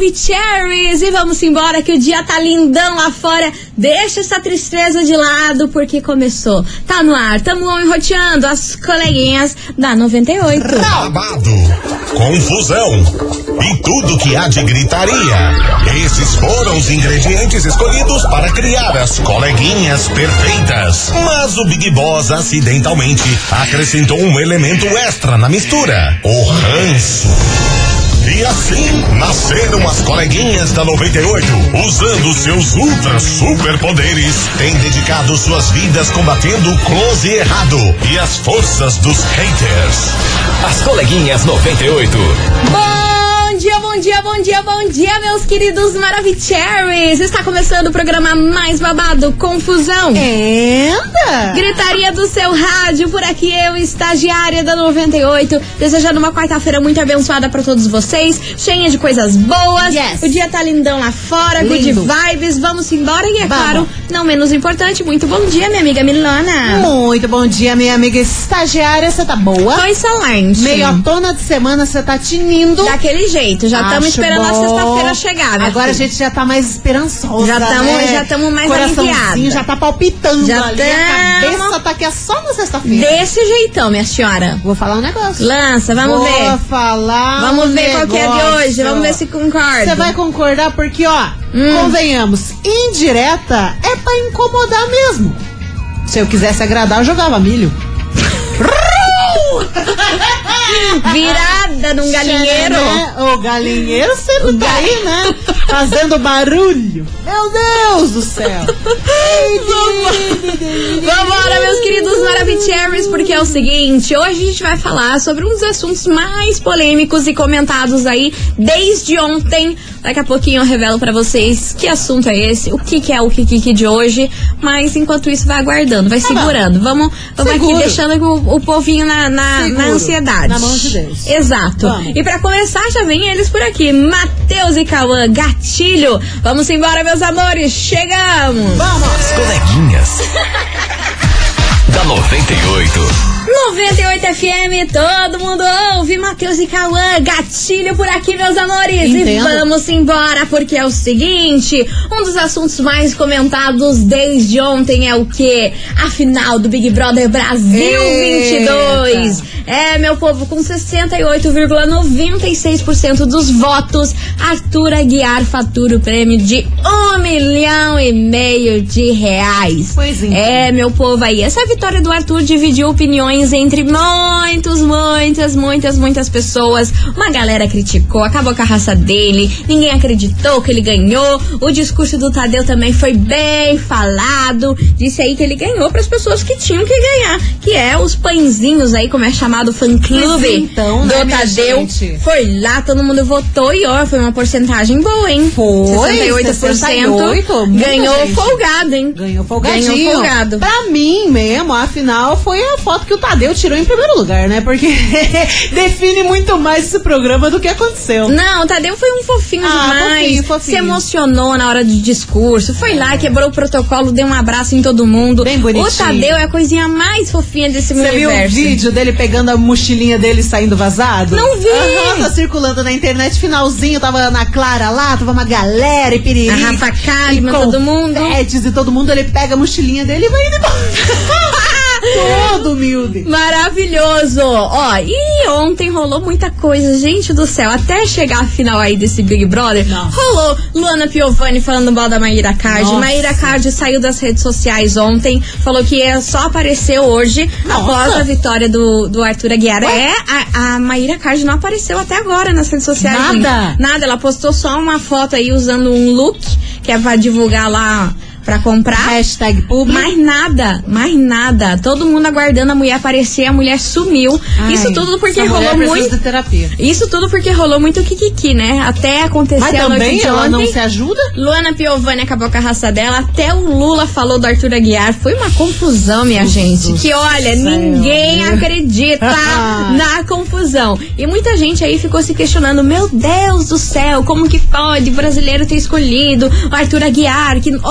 Maravicheries! E vamos embora que o dia tá lindão lá fora. Deixa essa tristeza de lado porque começou. Tá no ar, tamo enroteando as coleguinhas da 98. Babado, confusão e tudo que há de gritaria. Esses foram os ingredientes escolhidos para criar as coleguinhas perfeitas. Mas o Big Boss acidentalmente acrescentou um elemento extra na mistura: o ranço. E assim nasceram as coleguinhas da 98, usando seus ultra superpoderes, têm dedicado suas vidas combatendo o close errado e as forças dos haters. As coleguinhas 98. Bom dia, meus queridos Maravicheries! Está começando o programa mais babado, Confusão. Gritaria do seu rádio, por aqui eu, estagiária da 98, desejando uma quarta-feira muito abençoada para todos vocês, cheia de coisas boas. Yes. O dia tá lindão lá fora, Lindo. good vibes, vamos embora e claro, não menos importante, muito bom dia, minha amiga Milana. Muito bom dia, minha amiga estagiária, você tá boa? Foi excelente. Meio tona de semana, você tá tinindo. Daquele jeito, já estamos esperando a sexta-feira chegar. Agora a gente já tá mais esperançosa, já estamos mais aliviados. Coraçãozinho já tá palpitando Já ali, a cabeça tá aqui só na sexta-feira. Desse jeitão, minha senhora. Vou falar um negócio. Lança, vamos ver. Vou falar Vamos ver qual que é de hoje, vamos ver se concorda. Você vai concordar porque, convenhamos, indireta é pra incomodar mesmo. Se eu quisesse agradar, eu jogava milho. Virada num galinheiro. O galinheiro sempre tá aí, né? Fazendo barulho. Meu Deus do céu. Vambora, meus queridos Maravicheries, porque é o seguinte, hoje a gente vai falar sobre um dos assuntos mais polêmicos e comentados aí desde ontem. Daqui a pouquinho eu revelo pra vocês que assunto é esse, o que é o Kikiki de hoje, mas enquanto isso vai aguardando, vai segurando. Vamos aqui deixando o povinho na ansiedade. Na mão de Deus. Exato. Vamos. E pra começar, já vem eles por aqui, Matheus e Cauã, Gatilho. Vamos embora, meus amores, chegamos. Vamos. As coleguinhas da 98. 98 FM, todo mundo ouve, Matheus e Cauã, Gatilho por aqui, meus amores. Entendo. E vamos embora, porque é o seguinte, um dos assuntos mais comentados desde ontem é o quê? A final do Big Brother Brasil 22. É, meu povo, com 68,96% dos votos, Arthur Aguiar fatura o prêmio de R$1,5 milhão de reais. Pois é. É, meu povo aí, essa vitória do Arthur dividiu opiniões entre muitas pessoas. Uma galera criticou, acabou com a raça dele, ninguém acreditou que ele ganhou. O discurso do Tadeu também foi bem falado, disse aí que ele ganhou para as pessoas que tinham que ganhar, que é os pãezinhos aí, como é chamado, fã-clube então, do né, Tadeu. gente? Foi lá, todo mundo votou e ó, foi uma porcentagem boa, hein? Foi, 68%. muita Ganhou gente. folgado, hein? Ganhou folgadinho. Ganhou folgado. Pra mim mesmo, afinal, foi a foto que o Tadeu tirou em primeiro lugar, né? Porque define muito mais esse programa do que aconteceu. Não, o Tadeu foi um fofinho demais. Fofinho. Se emocionou na hora do discurso. Foi lá, quebrou o protocolo, deu um abraço em todo mundo. Bem bonitinho. O Tadeu é a coisinha mais fofinha desse Você viu o universo. vídeo dele pegando a mochilinha dele e saindo vazado? Não vi. Tá circulando na internet, finalzinho, tava Ana Clara lá, tava uma galera e piriri. A Rafa Kalimann, todo mundo. Confetes e todo mundo, ele pega a mochilinha dele e vai indo embora. Todo humilde. Maravilhoso. Ó, e ontem rolou muita coisa, gente do céu. Até chegar a final aí desse Big Brother, rolou Luana Piovani falando mal da Maíra Card. Nossa. Maíra Card saiu das redes sociais ontem, falou que só apareceu hoje, após a vitória do Arthur Aguiar. A Maíra Card não apareceu até agora nas redes sociais. Nada? Gente. Nada, ela postou só uma foto aí usando um look, que é pra divulgar lá, pra comprar. Hashtag público. Mais nada. Todo mundo aguardando a mulher aparecer, a mulher sumiu. Ai, isso tudo porque essa mulher rolou precisa muito. de terapia. Isso tudo porque rolou muito kikiki, né? Até acontecer Mas a noite também de ela ontem. não se ajuda? Luana Piovani acabou com a raça dela. Até o Lula falou do Arthur Aguiar. Foi uma confusão, minha gente. Que olha, ninguém acredita na confusão. E muita gente aí ficou se questionando: meu Deus do céu, como que pode o brasileiro ter escolhido o Arthur Aguiar? Que ok,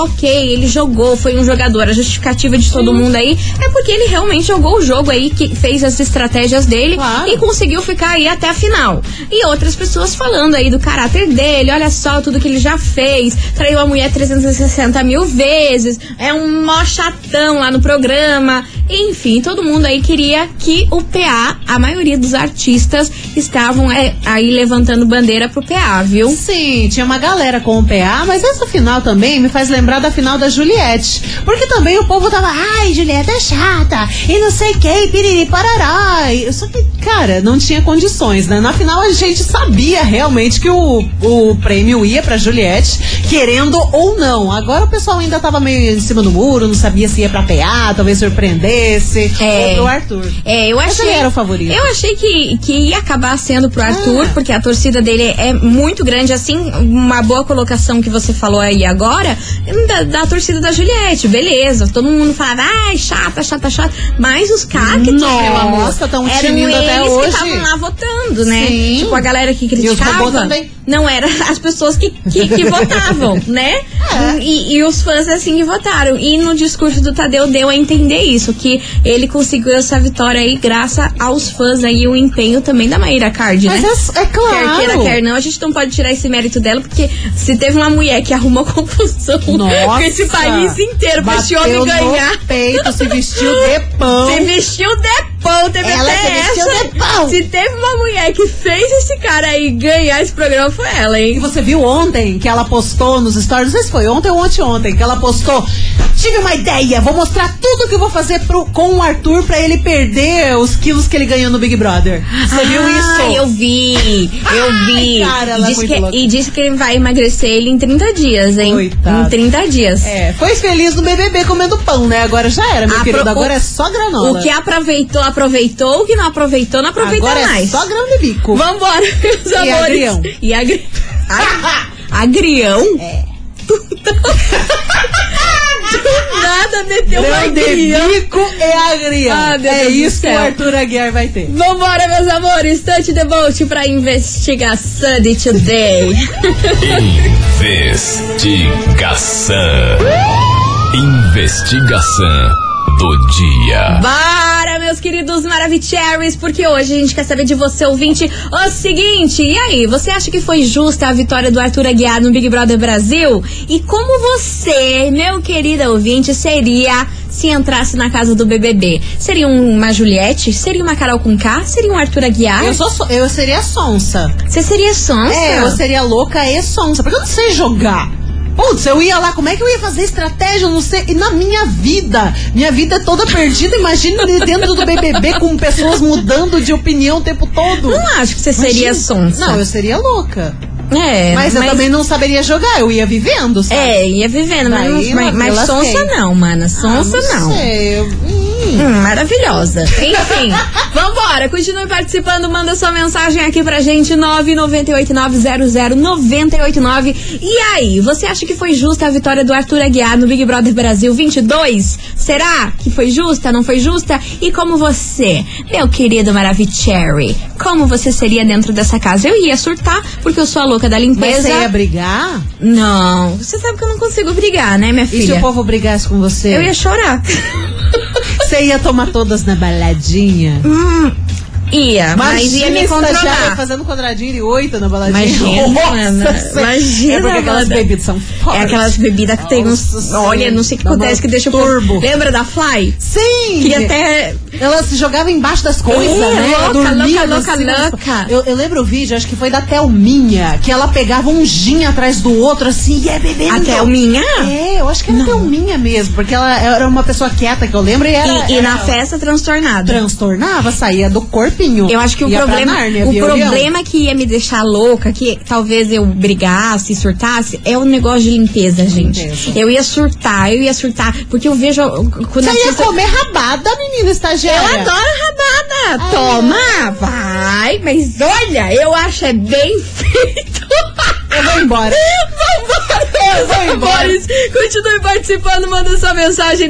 ele jogou, foi um jogador. A justificativa de todo mundo aí é porque ele realmente jogou o jogo aí, que fez as estratégias dele e conseguiu ficar aí até a final. E outras pessoas falando aí do caráter dele, olha só tudo que ele já fez, traiu a mulher 360 mil vezes, é um mó chatão lá no programa. Enfim, todo mundo aí queria que o PA, a maioria dos artistas estavam aí levantando bandeira pro PA, viu? Sim, tinha uma galera com o PA, mas essa final também me faz lembrar da final da Juliette. Porque também o povo tava, ai, Juliette é chata, e não sei o que, piriri, parará. Só que, cara, não tinha condições, né? Na final a gente sabia realmente que o prêmio ia pra Juliette, querendo ou não. Agora o pessoal ainda tava meio em cima do muro, não sabia se ia pra PA, talvez surpreendesse. Ou pro Arthur. Eu achei. Ele era o favorito. Eu achei que ia acabar sendo pro Arthur, porque a torcida dele é muito grande, assim, uma boa colocação que você falou aí agora, da torcida da Juliette, beleza, todo mundo falava, ai, chata, mas os cactos, meu amor, tão eram tinindo até eles hoje. que estavam lá votando, né? Sim. Tipo, a galera que criticava, e os robôs também. não era as pessoas que votavam, né? E os fãs, assim, que votaram. E no discurso do Tadeu deu a entender isso, que ele conseguiu essa vitória aí graças aos fãs aí, o empenho também da Mayra Card, né? Mas é claro. Quer queira, quer não, a gente não pode tirar esse mérito dela, porque se teve uma mulher que arrumou confusão com esse país inteiro pra esse homem ganhar. No peito, se vestiu de pão. Se vestiu de pão, teve ela até se vestiu essa. de pão. Se teve uma mulher que fez esse cara aí ganhar esse programa, foi ela, hein? E você viu ontem que ela postou nos stories, não sei se foi ontem ou anteontem, que ela postou, tive uma ideia, vou mostrar tudo que eu vou fazer com o Arthur pra ele perder os quilos que ele ganhou no Big Brother. Você viu isso? Eu vi. Ai, cara, ela é muito louca. E disse que ele vai emagrecer ele em 30 dias, hein? Coitado. Em 30 dias. Foi feliz no BBB comendo pão, né? Agora já era, meu querido, agora é só granola. O que aproveitou, o que não aproveitou, não aproveita agora mais. É só grão de bico. Vambora, meus amores. Agrião. E agrião? Do nada meteu um agrião. Bico e agrião. Deus isso que o Arthur Aguiar vai ter. Vambora, meus amores. Touch the boat pra investigação de today. Investigação do dia. Bora, meus queridos Maravicheries, porque hoje a gente quer saber de você, ouvinte, o seguinte: e aí, você acha que foi justa a vitória do Arthur Aguiar no Big Brother Brasil? E como você, meu querido ouvinte, seria se entrasse na casa do BBB? Seria uma Juliette? Seria uma Carol Conká? Seria um Arthur Aguiar? Eu seria sonsa. Você seria sonsa? Eu seria louca e sonsa, porque eu não sei jogar. Putz, eu ia lá, como é que eu ia fazer estratégia? Eu não sei. E na minha vida é toda perdida. Imagina dentro do BBB com pessoas mudando de opinião o tempo todo. Não acho que você seria sonsa. Não, eu seria louca. Mas eu também não saberia jogar, eu ia vivendo, sabe? Ia vivendo, mas sonsa não, mana. Sonsa não. Sei, maravilhosa. Enfim, vambora, continue participando, manda sua mensagem aqui pra gente, 998900989. E aí, você acha que foi justa a vitória do Arthur Aguiar no Big Brother Brasil 22? Será que foi justa, não foi justa? E como você, meu querido Maravicherry, como você seria dentro dessa casa? Eu ia surtar, porque eu sou a louca da limpeza. Mas você ia brigar? Não, você sabe que eu não consigo brigar, né, minha filha? E se o povo brigasse com você? Eu ia chorar. Você ia tomar todas na baladinha? Ia, mas ia me controlar. Fazendo quadradinho de 8 na baladinha. Imagina. É porque aquelas bebidas são fortes. É aquelas bebidas que tem uns... Olha, não sei o que acontece, que deixa o turbo. Lembra da Fly? Sim! Que até... Ela se jogava embaixo das coisas, né? Louca. Eu lembro o vídeo, acho que foi da Thelminha, que ela pegava um gin atrás do outro, assim, e ia bebendo. A Thelminha? Eu acho que era a Thelminha mesmo, porque ela era uma pessoa quieta, que eu lembro, e na festa transtornada. Transtornava, saía do corpinho. Eu acho que o problema que ia me deixar louca, que talvez eu brigasse, surtasse, é o negócio de limpeza, gente. Eu ia surtar, porque eu vejo... Você ia comer rabada, menina estagiária. Eu adoro rabada. Toma, vai. Mas olha, eu acho bem feito. Eu vou embora. Eu vou embora. Continue participando, manda sua mensagem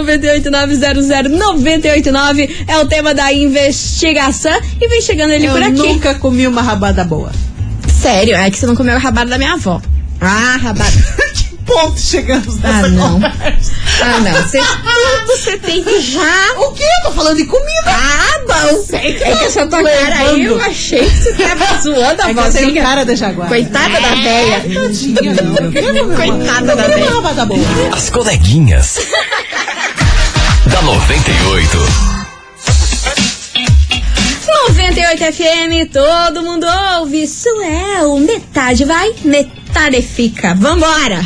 998900989. É o tema da investigação. E vem chegando ele por aqui. Eu nunca comi uma rabada boa. Sério, é que você não comeu a rabada da minha avó. Rabada. ponto chegamos nessa não. conversa? Ah, não. Você tem que já... O quê? Eu tô falando de comida. Ah, bom. É que essa tua cara aí, eu achei que você tava zoando a É que eu tenho vozinha. cara da Jaguar. Coitada da véia. Tadinha, não. Coitada da véia. Tá bom. As coleguinhas. Da 98. 98 FM, todo mundo ouve. Isso é o metade vai, metade fica. Vambora!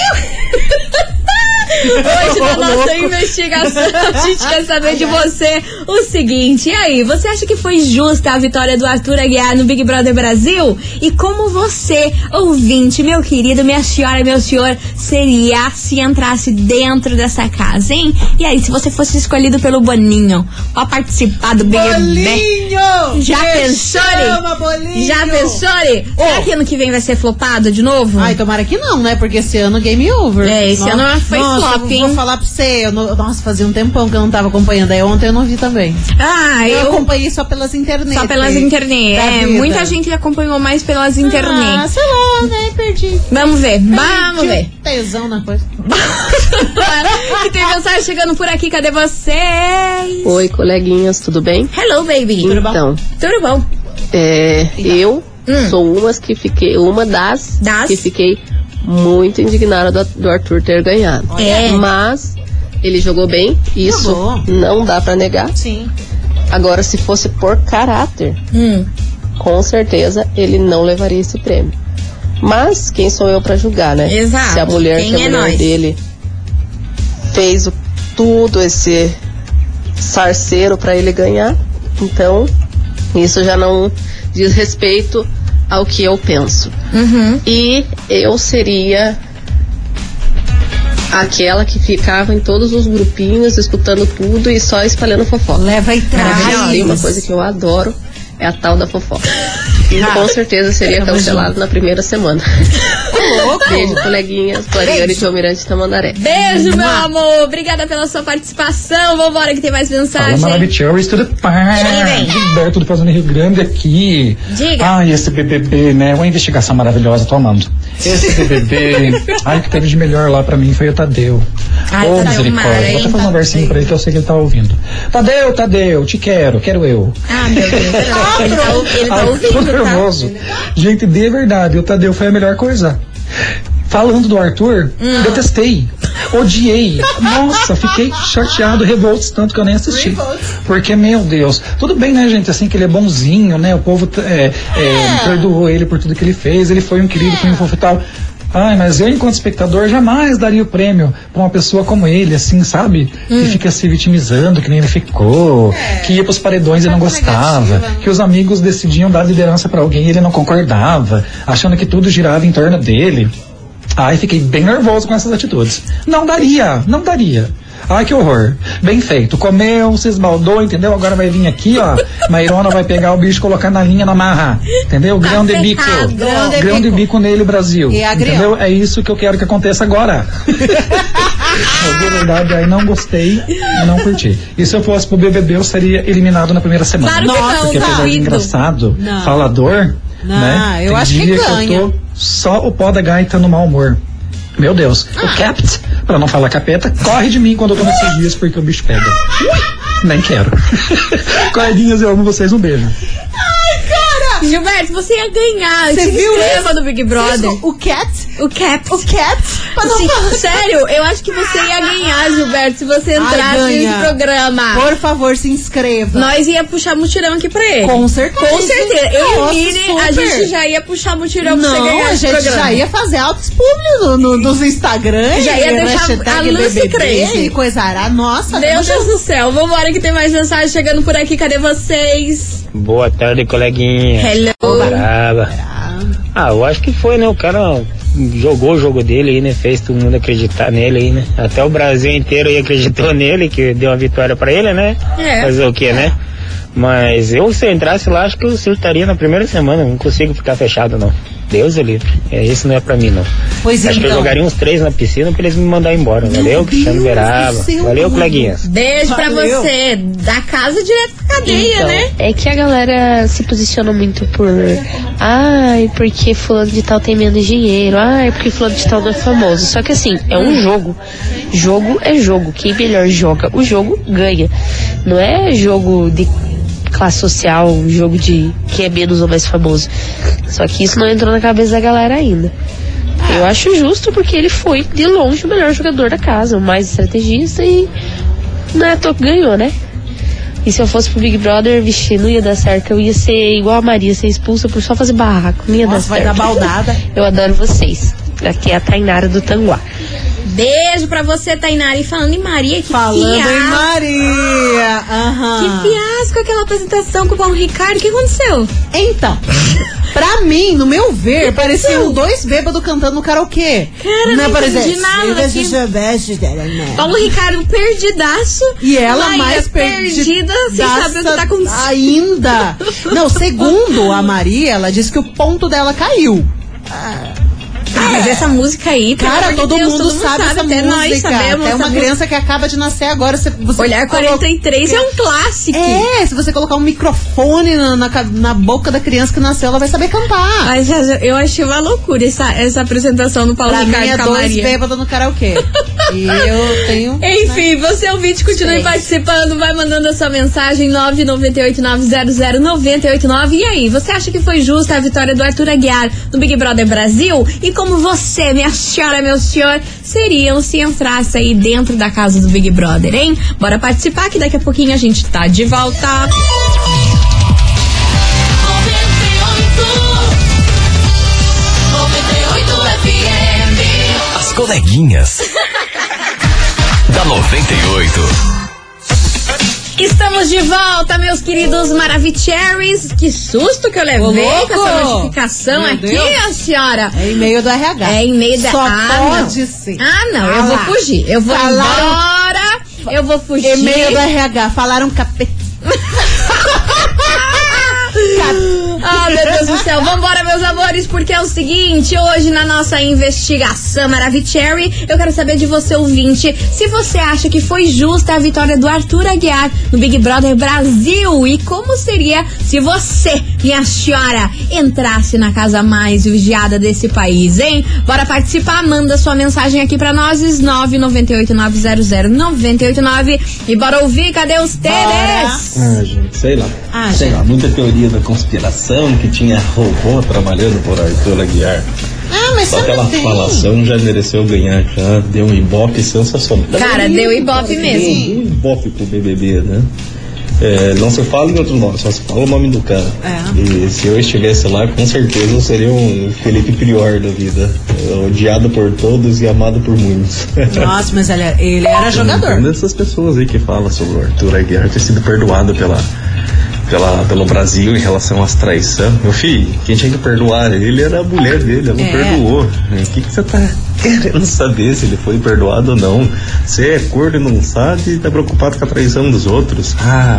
Hoje na nossa investigação a gente quer saber de você o seguinte: e aí, você acha que foi justa a vitória do Arthur Aguiar no Big Brother Brasil? E como você, ouvinte, meu querido, minha senhora, meu senhor, seria se entrasse dentro dessa casa, hein? E aí, se você fosse escolhido pelo Boninho pra participar do Big Brother? Bolinho! Já pensou? Bolinho! Já pensou? Será que ano que vem vai ser flopado de novo? Ai, tomara que não, né? Porque esse ano game over. É, esse ano foi flop, hein? Vou falar pra você, nossa, fazia um tempão que eu não tava acompanhando, aí ontem eu não vi também. Ah, eu acompanhei só pelas internet. Só pelas internet. É, muita gente acompanhou mais pelas internet. Ah, sei lá, né? Perdi. Vamos ver, vamos ver. Tesão na coisa. E tem mensagem chegando por aqui, cadê vocês? Oi, coleguinhas, tudo bem? Hello, baby. Então, Tudo bom? eu sou uma das que fiquei muito indignada do Arthur ter ganhado. Mas ele jogou bem, isso não dá pra negar. Sim. Agora, se fosse por caráter, com certeza ele não levaria esse prêmio. Mas quem sou eu pra julgar, né? Exato. Se a mulher dele fez tudo esse sarceiro pra ele ganhar, então isso já não diz respeito ao que eu penso. E eu seria aquela que ficava em todos os grupinhos, escutando tudo e só espalhando fofoca. Leva e traz. E uma coisa que eu adoro é a tal da fofoca. E com certeza seria cancelado na primeira semana. Beijo, coleguinhas. Clariane de Almirante Tamandaré. Beijo, meu amor. Obrigada pela sua participação. Vambora que tem mais mensagem. Fala, Maravicheries, tudo bem? Gilberto do Fazendo Rio Grande aqui. Diga. Ai, esse BBB, né? Uma investigação maravilhosa, tô amando. Esse BBB, ai, o que teve de melhor lá pra mim foi o Tadeu. Ai, Ô, Tadeu, misericórdia. Vou até fazer um versinho pra ele que eu sei que ele tá ouvindo. Tadeu, te quero eu. Ah, meu Deus. Ele tá ouvindo, tô nervoso. Gente, de verdade, o Tadeu foi a melhor coisa. Falando do Arthur, detestei, odiei, nossa, fiquei chateado, revoltos, tanto que eu nem assisti. Porque, meu Deus, tudo bem, né, gente, assim, que ele é bonzinho, né, o povo perdoou ele por tudo que ele fez, ele foi um querido, foi um fofo e tal. Ai, mas eu, enquanto espectador, jamais daria o prêmio pra uma pessoa como ele, assim, sabe? Que fica se vitimizando, que nem ele ficou, que ia pros paredões e não gostava, que os amigos decidiam dar liderança pra alguém e ele não concordava, achando que tudo girava em torno dele. Ai, fiquei bem nervoso com essas atitudes. Não daria. Ai, que horror. Bem feito. Comeu, se esbaldou, entendeu? Agora vai vir aqui, ó. Mairona vai pegar o bicho e colocar na linha, na marra. Entendeu? Grão de bico. Grão de bico nele, Brasil. Entendeu? É isso que eu quero que aconteça agora. De verdade, aí não gostei e não curti. E se eu fosse pro BBB, eu seria eliminado na primeira semana. Claro que não, porque apesar de engraçado, falador, né? Eu acho que ganha. Eu tô só o pó da gaita no mau humor. Meu Deus, o Capt, pra não falar capeta, corre de mim quando eu tô nesses dias porque o bicho pega. Nem quero. Coleguinhas, eu amo vocês, um beijo. Gilberto, você ia ganhar. Você viu isso do Big Brother? O Cat? Sim, sério, eu acho que você ia ganhar, Gilberto, se você entrasse nesse programa. Por favor, se inscreva. Nós ia puxar mutirão aqui pra ele. Com certeza. Eu e Miri, a gente já ia puxar mutirão pra você ganhar esse programa. A gente já ia fazer altos públicos nos Instagram. Já ia deixar a Lucy Crazy. E coisa arada. Nossa, Deus do céu. Vambora que tem mais mensagem chegando por aqui. Cadê vocês? Boa tarde, coleguinha. Hello. Brava. Eu acho que foi, né? O cara jogou o jogo dele aí, né? Fez todo mundo acreditar nele aí, né? Até o Brasil inteiro aí acreditou nele, que deu uma vitória pra ele, né? Fazer o quê, né? Mas se eu entrasse lá, acho que eu surtaria na primeira semana. Não consigo ficar fechado, não. Deus o livre. Isso não é pra mim, não. Pois acho que eu jogaria uns 3 na piscina pra eles me mandar embora. Valeu, Cristiano Verava. Valeu, coleguinhas. Beijo pra você. Da casa direto pra cadeia, então, né? É que a galera se posiciona muito por... Ai, porque fulano de tal tem menos dinheiro. Ai, porque fulano de tal não é famoso. Só que assim, é um jogo. Jogo é jogo. Quem melhor joga o jogo, ganha. Não é jogo de classe social, um jogo de quem é menos ou mais famoso. Só que isso não entrou na cabeça da galera ainda. Eu acho justo porque ele foi de longe o melhor jogador da casa, o mais estrategista, e não é à toa que ganhou, né? E se eu fosse pro Big Brother, vixe, não ia dar certo. Eu ia ser igual a Maria, ser expulsa por só fazer barraco. Não ia dar certo. Vai dar baldada. Eu adoro vocês. Aqui é a Tainara do Tanguá. Beijo pra você, Tainara. E falando em Maria, que Falando fiasco. em Maria. Que fiasco aquela apresentação com o Paulo Ricardo. O que aconteceu? Então, pra mim, no meu ver, pareciam 2 bêbados cantando no karaokê. Cara, não entendi nada daquilo. Paulo Ricardo perdidaço. E ela Maria mais perdida, sem saber o que tá acontecendo. Ainda. Não, segundo a Maria, ela disse que o ponto dela caiu. Mas essa música aí, cara, todo mundo sabe essa até música. Nós sabemos. É uma criança que acaba de nascer agora. Você Olhar 43 é um clássico. Se você colocar um microfone na boca da criança que nasceu, ela vai saber cantar. Mas eu achei uma loucura essa apresentação do Paulo Ricardo com a Maria. 2 bêbados no karaokê. E eu tenho... Enfim, você ouvinte, continue participando, vai mandando a sua mensagem 998-900-989. E aí, você acha que foi justa a vitória do Arthur Aguiar no Big Brother Brasil? E como você, minha senhora, meu senhor, seriam se entrasse aí dentro da casa do Big Brother, hein? Bora participar que daqui a pouquinho a gente tá de volta. As coleguinhas da 98. Estamos de volta, meus queridos Maravicheries. Que susto que eu levei com essa notificação. Meu aqui, Deus. A senhora. É e-mail do RH. É e-mail da... Só pode não. ser. Não, eu vou fugir. Eu vou embora. Eu vou fugir. E-mail do RH. Falaram capeta. Meu Deus do céu, vambora, meus amores, porque é o seguinte, hoje na nossa investigação Maravicherry, eu quero saber de você, ouvinte, se você acha que foi justa a vitória do Arthur Aguiar no Big Brother Brasil, e como seria se você, minha senhora, entrasse na casa mais vigiada desse país, hein? Bora participar, manda sua mensagem aqui pra nós, 998-900-989, e bora ouvir, cadê os TVs? Gente, sei lá, muita teoria da conspiração, que tinha robô trabalhando por Arthur Aguiar. Mas só aquela falação já mereceu ganhar, já deu um ibope sensacional. Cara, deu ibope mesmo. Deu um ibope pro BBB, né? Não se fala em outro nome, só se fala o nome do cara. E se eu estivesse lá, com certeza eu seria um Felipe Prior da vida. Odiado por todos e amado por muitos. Nossa, mas ele era jogador. Uma dessas pessoas aí que fala sobre o Arthur Aguiar ter sido perdoado pelo Brasil em relação às traições. Meu filho, quem tinha que perdoar ele era a mulher dele, ela não perdoou. O que você tá querendo saber se ele foi perdoado ou não? Você é corno e não sabe e tá preocupado com a traição dos outros.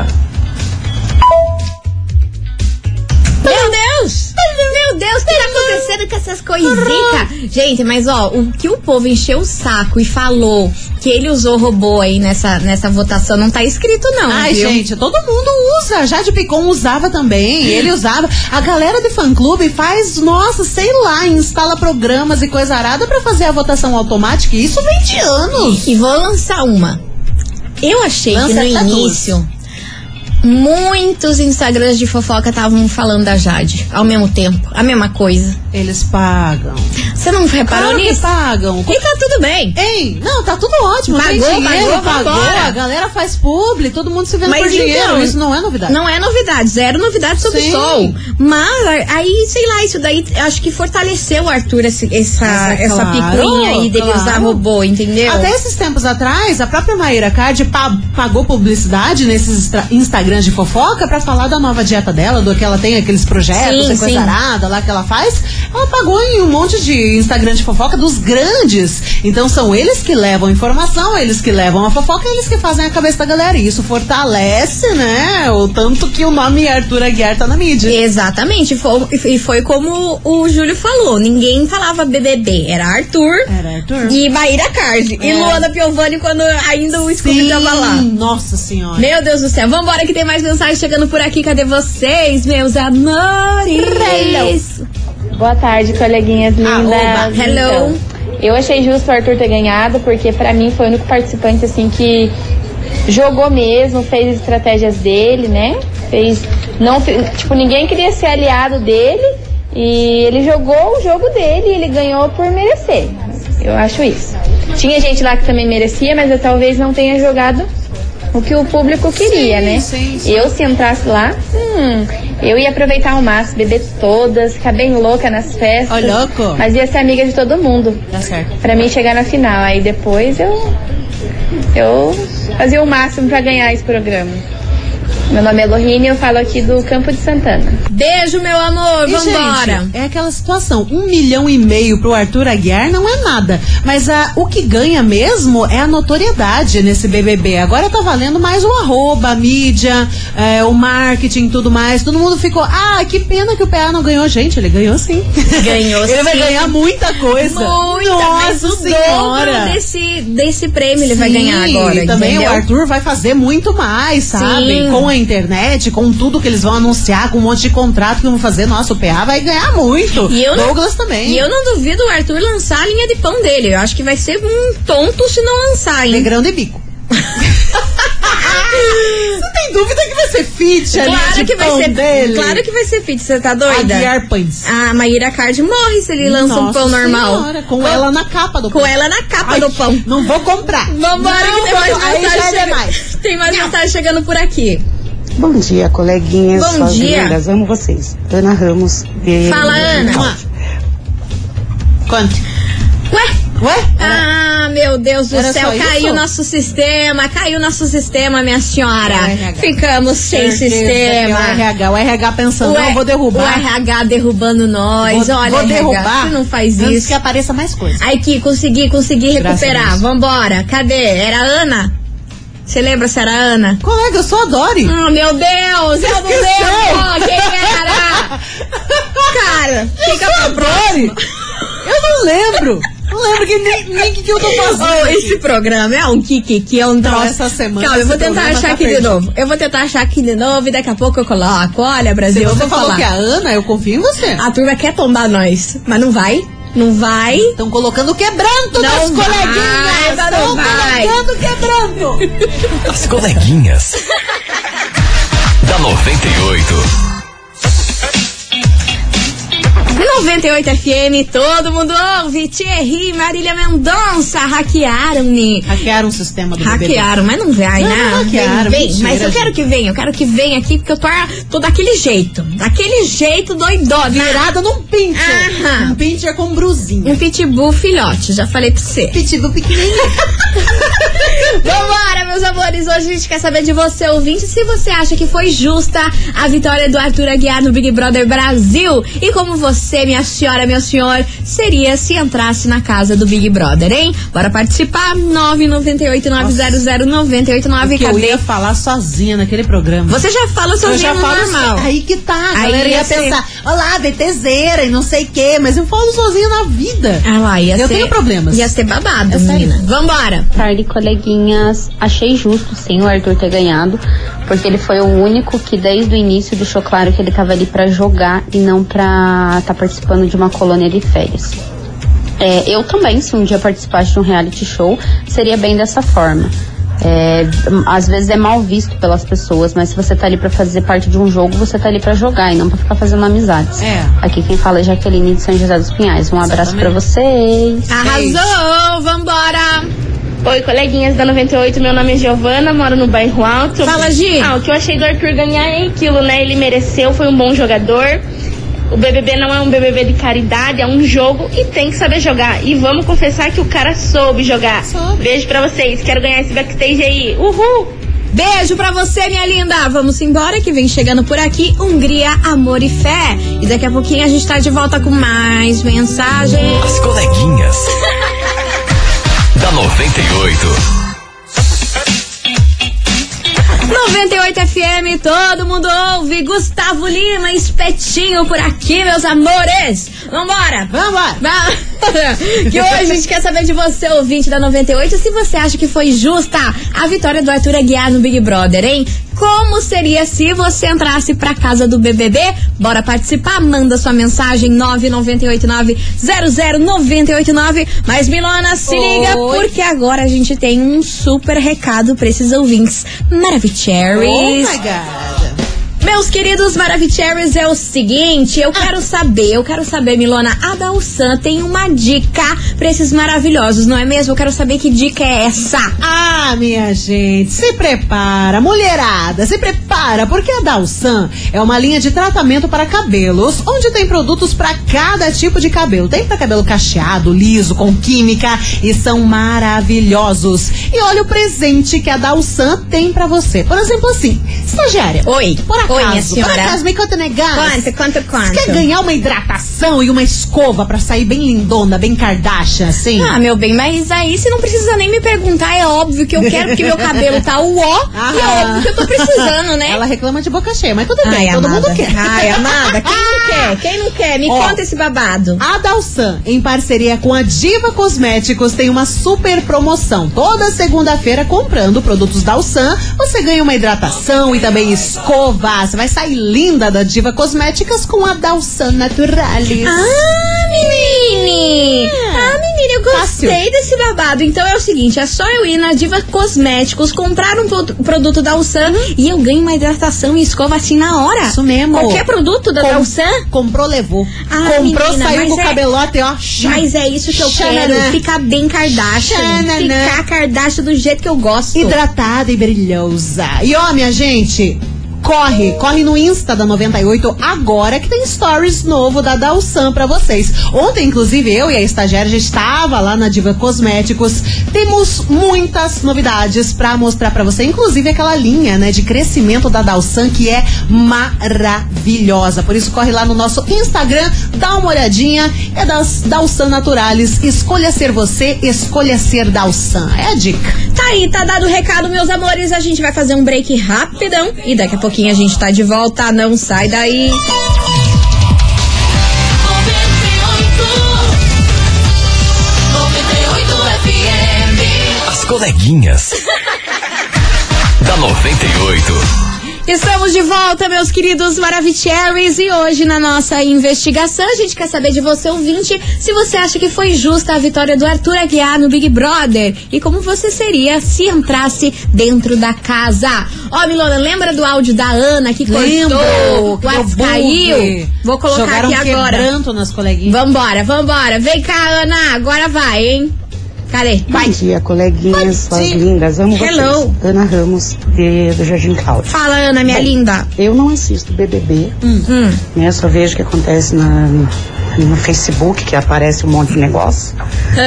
Meu Deus, o que tá acontecendo com essas coisinhas? Gente, mas o que o povo encheu o saco e falou que ele usou robô aí nessa votação não tá escrito não, viu? Gente, todo mundo usa. Jade Picon usava também, ele usava. A galera de fã-clube faz, sei lá, instala programas e coisa arada pra fazer a votação automática, e isso vem de anos. E vou lançar uma. Eu achei que no início... muitos Instagrams de fofoca estavam falando da Jade ao mesmo tempo, a mesma coisa. Eles pagam. Você não reparou nisso? Pagam. E tá tudo bem. Não, tá tudo ótimo. Pagou. A galera faz publi, todo mundo se vendo por dinheiro. Então, isso não é novidade. Não é novidade, zero novidade sob o sol. Mas aí, sei lá, isso daí acho que fortaleceu o Arthur, essa picuinha aí dele usar robô, entendeu? Até esses tempos atrás, a própria Mayra Card pagou publicidade nesses Instagram Instagram de fofoca pra falar da nova dieta dela, do que ela tem, aqueles projetos, coisa arada lá que ela faz. Ela pagou em um monte de Instagram de fofoca dos grandes. Então são eles que levam a informação, eles que levam a fofoca, eles que fazem a cabeça da galera. E isso fortalece, né, o tanto que o nome Arthur Aguiar tá na mídia. Exatamente. E foi como o Júlio falou. Ninguém falava BBB. Era Arthur e Maíra Card. E Luana Piovani quando ainda o Scooby tava lá. Nossa senhora. Meu Deus do céu. Vambora que tem mais mensagem chegando por aqui. Cadê vocês, meus amores? Hello. Boa tarde, coleguinhas lindas. Hello. Então, eu achei justo o Arthur ter ganhado, porque pra mim foi o único participante assim que jogou mesmo, fez as estratégias dele, né? Ninguém queria ser aliado dele e ele jogou o jogo dele e ele ganhou por merecer. Eu acho isso. Tinha gente lá que também merecia, mas eu talvez não tenha jogado o que o público queria, né? Sim. Eu, se entrasse lá, eu ia aproveitar ao máximo, beber todas, ficar bem louca nas festas. Ô, louco. Mas ia ser amiga de todo mundo. Tá certo. Pra mim chegar na final. Aí depois eu fazia o máximo pra ganhar esse programa. Meu nome é Lohine e eu falo aqui do Campo de Santana. Beijo, meu amor, vambora. Gente, é aquela situação, 1,5 milhão pro Arthur Aguiar não é nada, mas o que ganha mesmo é a notoriedade nesse BBB. Agora tá valendo mais o arroba, a mídia, o marketing e tudo mais. Todo mundo ficou, que pena que o PA não ganhou. Gente, ele ganhou sim. Ganhou sim. Ele vai ganhar muita coisa. Nossa senhora. Desse prêmio ele vai ganhar agora. E também entendeu? o Arthur vai fazer muito mais, sabe? Sim. Com a internet, com tudo que eles vão anunciar, com um monte de contrato que vão fazer, nossa, o PA vai ganhar muito. Douglas também. E eu não duvido o Arthur lançar a linha de pão dele. Eu acho que vai ser um tonto se não lançar, hein? Negrão de bico. Você tem dúvida que vai ser fit ali? Claro que vai ser dele. Claro que vai ser fit, você tá doida? Aguiar pães. A Maíra Card morre se ele lança um pão normal. Senhora, com ela na capa do pão. Com ela na capa do pão. Não vou comprar. Vambora que tem mais mensagem chegando. Tem mais mensagem chegando por aqui. Bom dia, coleguinhas. Bom dia. Lindas, amo vocês. Ana Ramos. Fala, Ana. Conte. Ué? Meu Deus do céu, caiu nosso sistema, minha senhora. Ficamos sem sistema. O RH pensando, não, vou derrubar. O RH derrubando nós. Olha, vou derrubar. RH, você não faz antes isso. Que apareça mais coisa. Aí que consegui recuperar. Vambora. Cadê? Era a Ana? Você lembra se era a Ana? Colega, eu sou a Dori. Meu Deus, eu não lembro. Quem era? Cara, fica pra próxima. Eu não lembro. Não lembro que nem que eu tô fazendo. Esse programa é um que é um troço. Essa semana. Calma, eu vou tentar achar aqui de novo. E daqui a pouco eu coloco. Olha, Brasil, eu vou falou falar. Que a Ana, eu confio em você. A turma quer tombar nós, mas não vai. Não vai. Estão colocando quebranto nas coleguinhas. Não vai. Colocando quebranto. As coleguinhas. Da 98. 98 FM, todo mundo ouve. Thierry, Marília Mendonça, hackearam-me. Hackearam o sistema do Hackearam, mas não vai, né? Não hackearam, vem, mentira, mas eu quero que venha aqui, porque eu tô daquele jeito doidona. Virada num pincher. Um pincher com brusinha. Um pitbull filhote, já falei pra você. Pitbull pequenininho. Vambora, meus amores, hoje a gente quer saber de você, ouvinte, se você acha que foi justa a vitória do Arthur Aguiar no Big Brother Brasil e como você, minha senhora, meu senhor, seria se entrasse na casa do Big Brother, hein? Bora participar, 998-900-989. Eu ia falar sozinha naquele programa. Você já fala sozinha no normal. Aí que tá, a galera ia pensar, olá, BTZera e não sei o quê, mas eu falo sozinha na vida. Eu tenho problemas. Ia ser babado, menina. Vambora. Tarde, coleguinhas. Achei justo, sim, o Arthur ter ganhado, porque ele foi o único que desde o início deixou claro que ele tava ali pra jogar e não pra tá participando de uma colônia de férias. Eu também, se um dia participasse de um reality show, seria bem dessa forma. Às vezes é mal visto pelas pessoas, mas se você tá ali pra fazer parte de um jogo, você tá ali pra jogar e não pra ficar fazendo amizades. Aqui quem fala é Jaqueline de São José dos Pinhais. Um abraço pra vocês. Arrasou, vambora. Oi, coleguinhas da 98, meu nome é Giovana, moro no bairro Alto. Fala, Gi. O que eu achei do Arthur ganhar é aquilo, né? Ele mereceu, foi um bom jogador. O BBB não é um BBB de caridade, é um jogo e tem que saber jogar. E vamos confessar que o cara soube jogar. Beijo pra vocês, quero ganhar esse backstage aí. Uhul! Beijo pra você, minha linda. Vamos embora que vem chegando por aqui Hungria, Amor e Fé. E daqui a pouquinho a gente tá de volta com mais mensagens. As coleguinhas da 98. 98 FM, todo mundo ouve. Gustavo Lima, espetinho por aqui, meus amores. Vambora. Que hoje a gente quer saber de você, ouvinte da 98, se você acha que foi justa a vitória do Arthur Aguiar no Big Brother, hein? Como seria se você entrasse pra casa do BBB? Bora participar, manda sua mensagem 998900989. Mas Milona, se liga, porque agora a gente tem um super recado pra esses ouvintes Maravicheries. Oh my God. Meus queridos Maravicheries, é o seguinte, eu quero saber, Milona, a Dalsan tem uma dica pra esses maravilhosos, não é mesmo? Eu quero saber que dica é essa. Ah, minha gente, se prepara, mulherada, se prepara, porque a Dalsan é uma linha de tratamento para cabelos, onde tem produtos para cada tipo de cabelo. Tem para cabelo cacheado, liso, com química, e são maravilhosos. E olha o presente que a Dalsan tem pra você. Por exemplo, assim, estagiária. Oi, minha senhora. Por acaso, me conta, negada. Quanto? Você quer ganhar uma hidratação e uma escova pra sair bem lindona, bem Kardashian, assim? Ah, meu bem, mas aí você não precisa nem me perguntar, é óbvio que eu quero, porque meu cabelo tá uó, e é óbvio que eu tô precisando, né? Ela reclama de boca cheia, mas tudo bem, todo mundo quer. Ai, amada, quem não quer? Quem não quer? Me conta esse babado. A Dalsan, em parceria com a Diva Cosméticos, tem uma super promoção. Toda segunda-feira, comprando produtos Dalsan, você ganha uma hidratação e também escova. Você vai sair linda da Diva Cosméticas com a Dalsan Naturalis. Menina, eu gostei desse babado. Então é o seguinte, é só eu ir na Diva Cosméticos, comprar um produto da Dalsan e eu ganho uma hidratação e escova assim na hora. Isso mesmo. Qualquer produto da Dalsan? Comprou, levou. Ah, comprou, menina, saiu com o cabelote, ó. Mas é isso que eu quero, ficar bem Kardashian. Ficar Kardashian do jeito que eu gosto. Hidratada e brilhosa. E ó, minha gente, corre no Insta da 98 agora, que tem stories novo da Dalsan pra vocês. Ontem, inclusive, eu e a estagiária já estava lá na Diva Cosméticos. Temos muitas novidades pra mostrar pra você, inclusive aquela linha, né, de crescimento da Dalsan, que é maravilhosa. Por isso, corre lá no nosso Instagram, dá uma olhadinha. É das Dalsan Naturalis. Escolha ser você, escolha ser Dalsan. É a dica. Tá aí, tá dado o recado, meus amores. A gente vai fazer um break rapidão e daqui a pouquinho a gente tá de volta, não sai daí. 98 FM. As coleguinhas da 98. Estamos de volta, meus queridos Maravicheries, e hoje na nossa investigação a gente quer saber de você, ouvinte, se você acha que foi justa a vitória do Arthur Aguiar no Big Brother e como você seria se entrasse dentro da casa. Ó, Milona, lembra do áudio da Ana que cortou, o WhatsApp caiu? Vou colocar jogaram aqui agora. Quebranto nas coleguinhas. Vambora. Vem cá, Ana, agora vai, hein? Cadê? Vai. Bom dia, coleguinhas, suas lindas. Amo vocês. Ana Ramos, do Jardim Cláudio. Fala, Ana, minha linda. Eu não assisto BBB, né? Só vejo o que acontece no Facebook, que aparece um monte de negócio.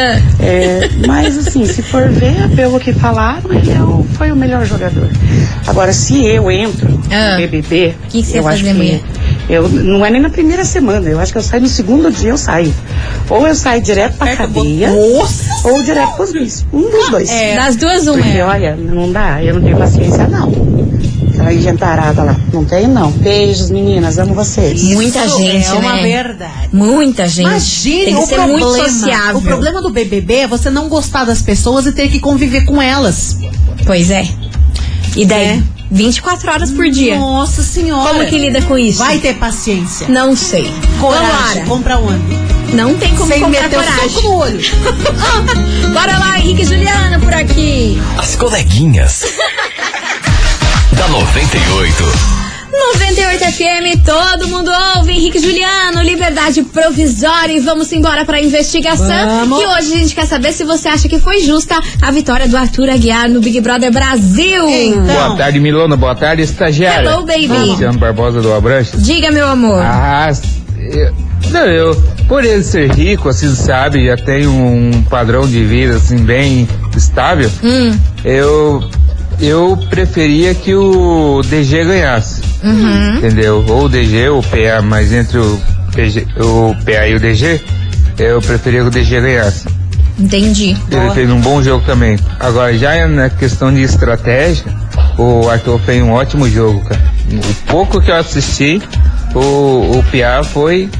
Mas, assim, se for ver, pelo que falaram, ele foi o melhor jogador. Agora, se eu entro no BBB, que você vai fazer, mulher? Não é nem na primeira semana, eu acho que eu saio no segundo dia, eu saio. Ou eu saio direto pra cadeia, ou direto pro hospício. Um dos dois. Das duas, uma. Porque, olha, não dá, eu não tenho paciência, não. Aquela gentarada lá, não tenho, não. Beijos, meninas, amo vocês. Muita gente, é uma né? verdade. Muita gente. Imagine tem que ser muito sociável. O problema do BBB é você não gostar das pessoas e ter que conviver com elas. Pois é. E daí? 24 horas por dia. Nossa senhora. Como que lida com isso? Vai ter paciência. Não sei. Coragem. Compra onde? Não tem como sem comprar meter coragem. o soco no olho. Bora lá, Henrique e Juliana por aqui. As coleguinhas da 98. 98 FM, todo mundo ouve. Henrique e Juliano, Liberdade Provisória. E vamos embora pra investigação. Que hoje a gente quer saber se você acha que foi justa a vitória do Arthur Aguiar no Big Brother Brasil. Então. Boa tarde, Milona. Boa tarde, estagiária. Hello, baby. Luciano Barbosa do Abranches. Diga, meu amor. Eu, por ele ser rico, assim, sabe, já tem um padrão de vida, assim, bem estável. Eu eu preferia que o DG ganhasse. Entendeu? Ou o DG ou o PA, mas entre o PA e o DG, eu preferia que o DG ganhasse. Entendi. Ele fez um bom jogo também. Agora, já na questão de estratégia, o Arthur fez um ótimo jogo, cara. O pouco que eu assisti, o PA foi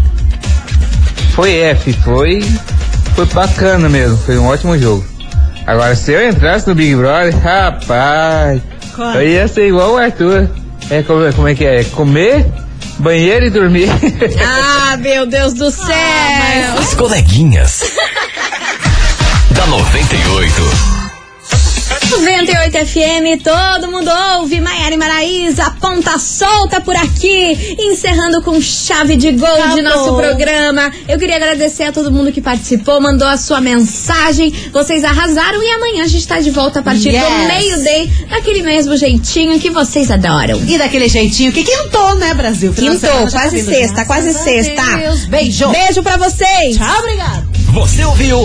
bacana mesmo, foi um ótimo jogo. Agora, se eu entrasse no Big Brother, rapaz, eu ia ser igual o Arthur. Como é que é? Comer, banheiro e dormir. Ah, meu Deus do céu! As coleguinhas da 98. 98 FM, todo mundo ouve. Maiara e Maraísa, ponta solta por aqui, encerrando com chave de gol de nosso programa. Eu queria agradecer a todo mundo que participou, mandou a sua mensagem. Vocês arrasaram e amanhã a gente tá de volta a partir do meio-dia, daquele mesmo jeitinho que vocês adoram. E daquele jeitinho que quintou, né, Brasil? Quintou, quase sexta, quase sexta. Beijo. Beijo pra vocês. Tchau, obrigado. Você ouviu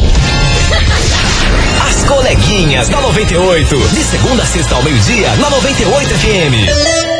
As Coleguinhas da 98. De segunda a sexta ao meio-dia, na 98 FM.